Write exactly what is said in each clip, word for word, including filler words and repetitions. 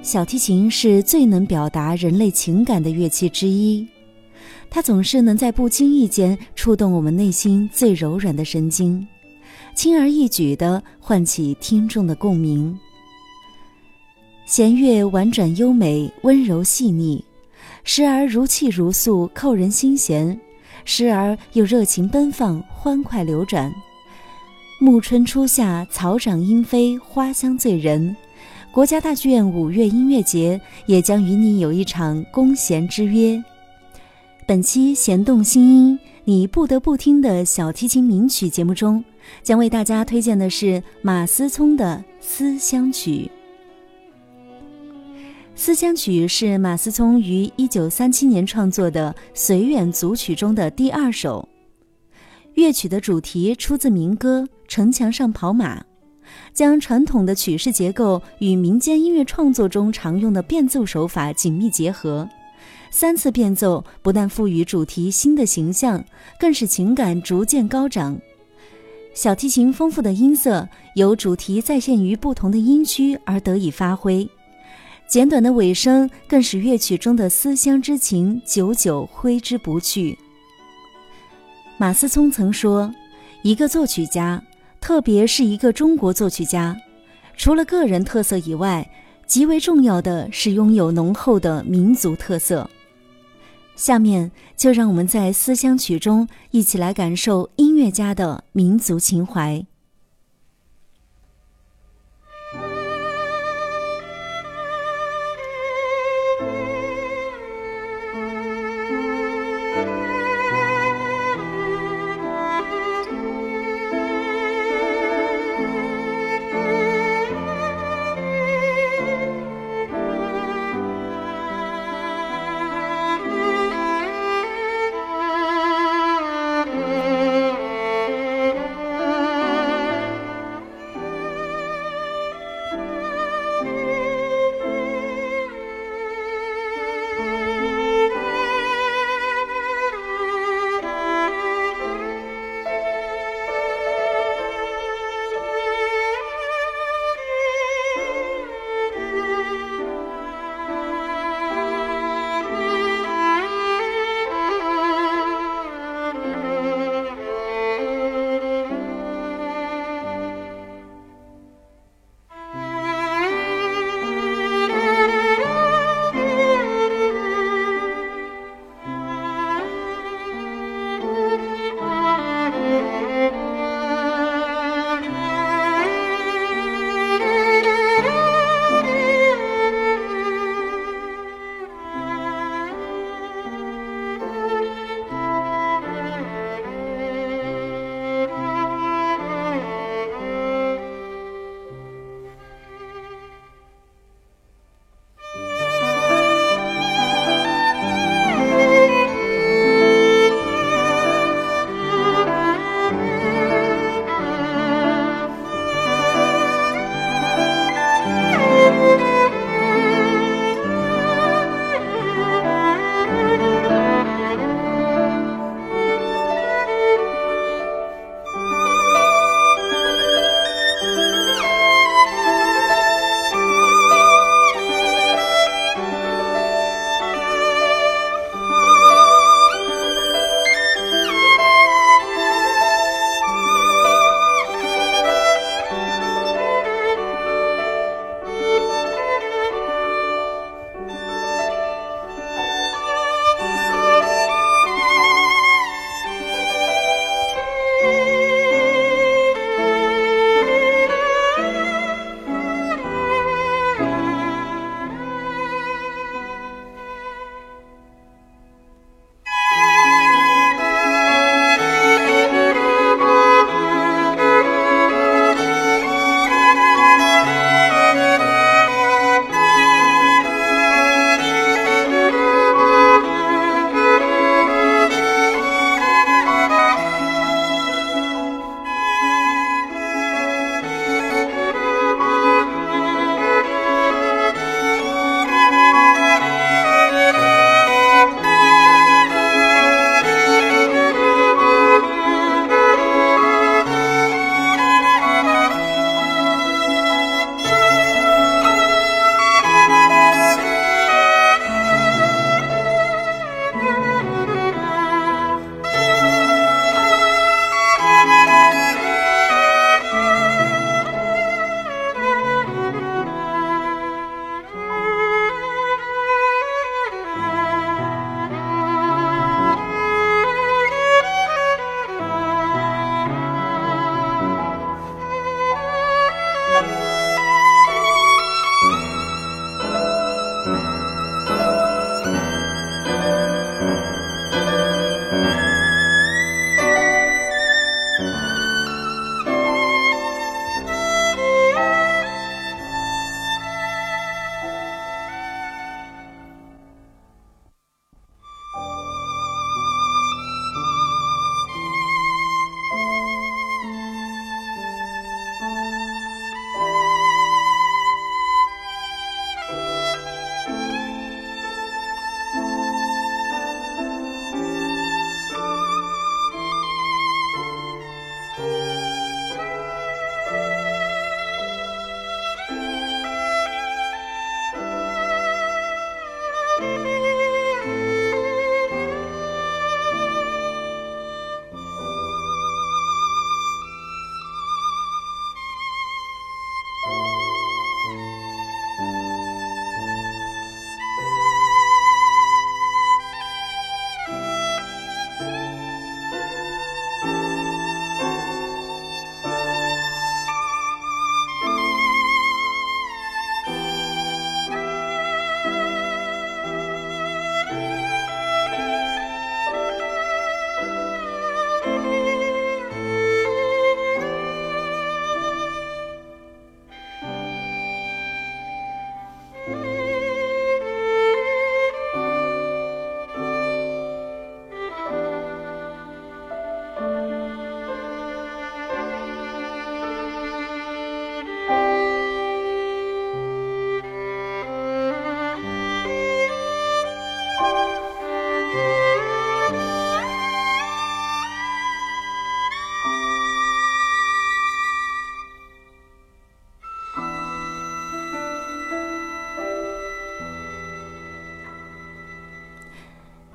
小提琴是最能表达人类情感的乐器之一，它总是能在不经意间触动我们内心最柔软的神经，轻而易举地唤起听众的共鸣。弦乐婉转优美，温柔细腻，时而如泣如诉，扣人心弦，时而又热情奔放，欢快流转。暮春初夏，草长莺飞，花香醉人。国家大剧院五月音乐节也将与你有一场弓弦之约。本期弦动心音，你不得不听的小提琴名曲节目中，将为大家推荐的是马思聪的《思乡曲》。《思乡曲》是马思聪于一九三七年创作的随远组曲中的第二首。乐曲的主题出自民歌《城墙上跑马》，将传统的曲式结构与民间音乐创作中常用的变奏手法紧密结合。三次变奏不但赋予主题新的形象，更使情感逐渐高涨。小提琴丰富的音色由主题再现于不同的音区而得以发挥，简短的尾声更使乐曲中的思乡之情久久挥之不去。马思聪曾说，一个作曲家，特别是一个中国作曲家，除了个人特色以外，极为重要的是拥有浓厚的民族特色。下面就让我们在《思乡曲》中一起来感受音乐家的民族情怀。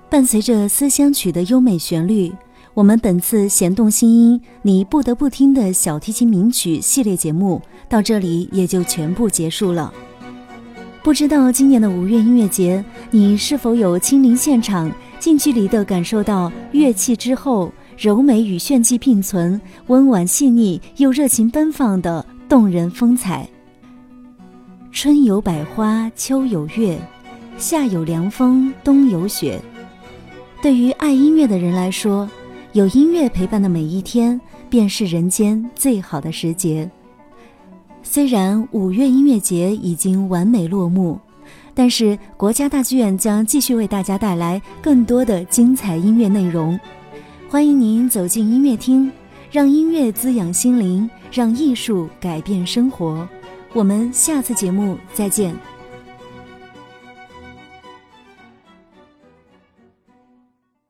伴随着思乡曲的优美旋律，我们本次弦动心音你不得不听的小提琴名曲系列节目到这里也就全部结束了。不知道今年的五月音乐节，你是否有亲临现场，近距离地感受到乐器之后柔美与炫技并存，温婉细腻又热情奔放的动人风采。春有百花，秋有月，夏有凉风，冬有雪。对于爱音乐的人来说，有音乐陪伴的每一天便是人间最好的时节。虽然五月音乐节已经完美落幕，但是国家大剧院将继续为大家带来更多的精彩音乐内容。欢迎您走进音乐厅，让音乐滋养心灵，让艺术改变生活。我们下次节目再见。